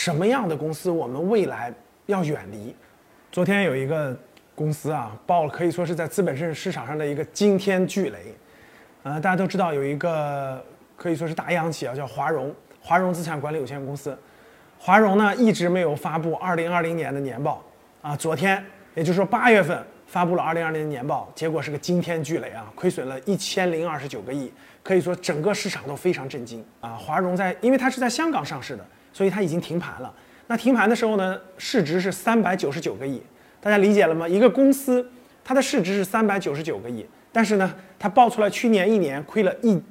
什么样的公司我们未来要远离？昨天有一个公司啊，爆了，可以说是在资本市场上的一个惊天巨雷。大家都知道有一个可以说是大央企啊，叫华融资产管理有限公司。华融呢一直没有发布2020年的年报啊，昨天也就是说8月份发布了2020年年报，结果是个惊天巨雷啊，亏损了1029个亿，可以说整个市场都非常震惊啊。华融因为它是在香港上市的，所以它已经停盘了。那停盘的时候呢，市值是399个亿，大家理解了吗？一个公司它的市值是399个亿，但是呢，它报出来去年1年亏了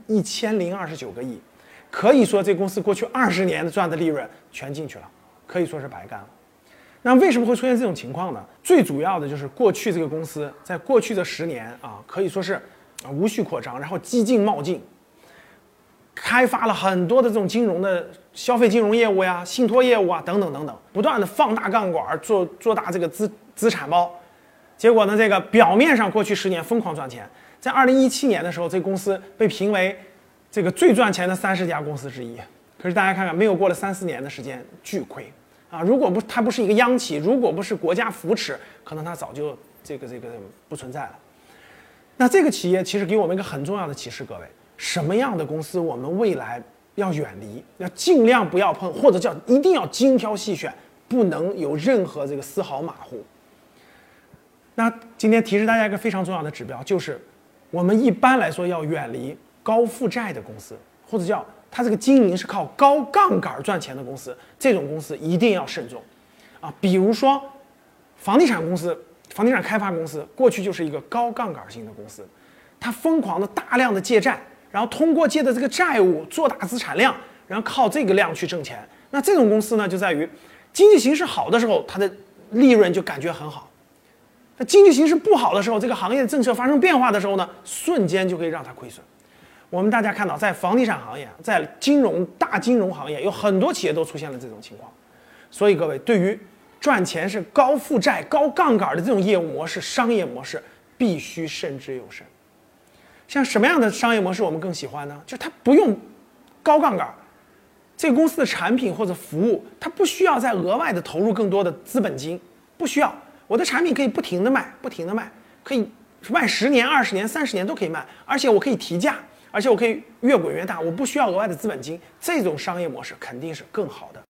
1029个亿，可以说这公司过去20年的赚的利润全进去了，可以说是白干了。那为什么会出现这种情况呢？最主要的就是过去这个公司在过去的10年啊，可以说是无序扩张，然后激进冒进，开发了很多的这种金融的消费金融业务呀、信托业务啊等等等等，不断的放大杠杆，做大这个资产包。结果呢，这个表面上过去10年疯狂赚钱，在2017年的时候，这公司被评为这个最赚钱的30家公司之一。可是大家看看，没有过了3、4年的时间，巨亏啊！如果它不是一个央企，如果不是国家扶持，可能它早就这个不存在了。那这个企业其实给我们一个很重要的启示，各位，什么样的公司我们未来要远离，要尽量不要碰，或者叫一定要精挑细选，不能有任何这个丝毫马虎。那今天提示大家一个非常重要的指标，就是我们一般来说要远离高负债的公司，或者叫它这个经营是靠高杠杆赚钱的公司，这种公司一定要慎重啊。比如说房地产公司、房地产开发公司，过去就是一个高杠杆型的公司，它疯狂的大量的借债，然后通过借的这个债务做大资产量，然后靠这个量去挣钱。那这种公司呢，就在于经济形势好的时候，它的利润就感觉很好。那经济形势不好的时候，这个行业的政策发生变化的时候呢，瞬间就可以让它亏损。我们大家看到，在房地产行业，在大金融行业，有很多企业都出现了这种情况。所以各位，对于赚钱是高负债、高杠杆的这种业务模式、商业模式，必须慎之又慎。像什么样的商业模式我们更喜欢呢？就是它不用高杠杆，这个公司的产品或者服务，它不需要再额外的投入更多的资本金，不需要。我的产品可以不停的卖，可以卖10年、20年、30年都可以卖，而且我可以提价，而且我可以越滚越大，我不需要额外的资本金。这种商业模式肯定是更好的。